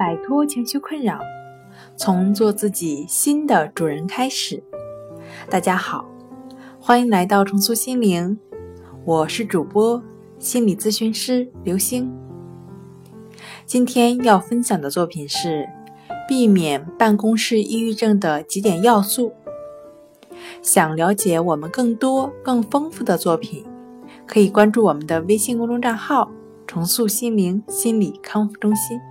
摆脱情绪困扰，从做自己新的主人开始。大家好，欢迎来到重塑心灵，我是主播心理咨询师刘星。今天要分享的作品是避免办公室抑郁症的几点要素。想了解我们更多更丰富的作品，可以关注我们的微信公众账号重塑心灵心理康复中心。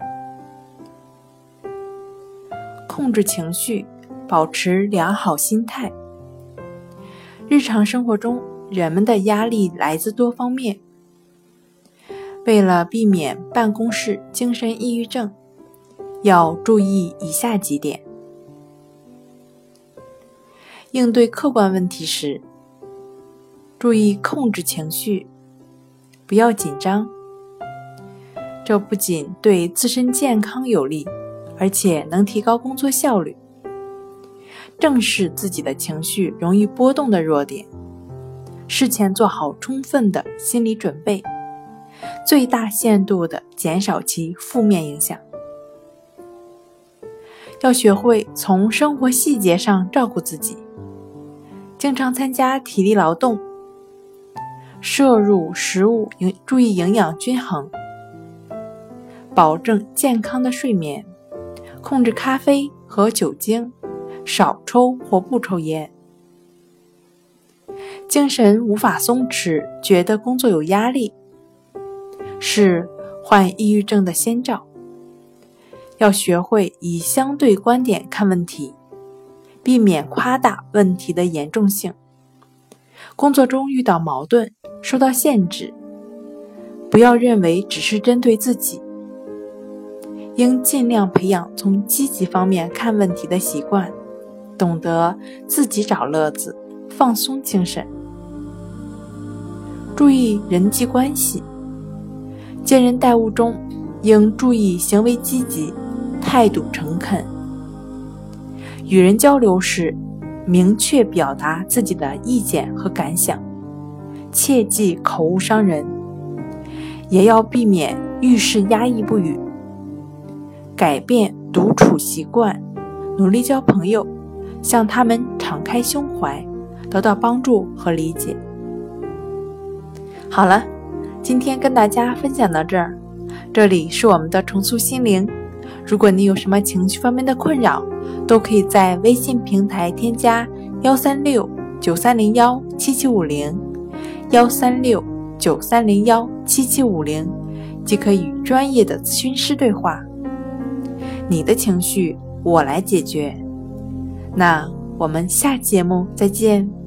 控制情绪，保持良好心态。日常生活中，人们的压力来自多方面。为了避免办公室精神抑郁症，要注意以下几点。应对客观问题时，注意控制情绪，不要紧张。这不仅对自身健康有利，而且能提高工作效率。正视自己的情绪容易波动的弱点，事前做好充分的心理准备，最大限度地减少其负面影响。要学会从生活细节上照顾自己，经常参加体力劳动，摄入食物注意营养均衡，保证健康的睡眠，控制咖啡和酒精，少抽或不抽烟。精神无法松弛，觉得工作有压力，是患抑郁症的先兆。要学会以相对观点看问题，避免夸大问题的严重性。工作中遇到矛盾，受到限制，不要认为只是针对自己，应尽量培养从积极方面看问题的习惯，懂得自己找乐子，放松精神。注意人际关系，接人待物中应注意行为积极，态度诚恳。与人交流时，明确表达自己的意见和感想，切忌口误伤人，也要避免遇事压抑不语。改变独处习惯，努力交朋友，向他们敞开胸怀，得到帮助和理解。好了，今天跟大家分享到这儿，这里是我们的重塑心灵。如果你有什么情绪方面的困扰，都可以在微信平台添加136-9301-7750 136-9301-7750，即可与专业的咨询师对话。你的情绪我来解决。那我们下期节目再见。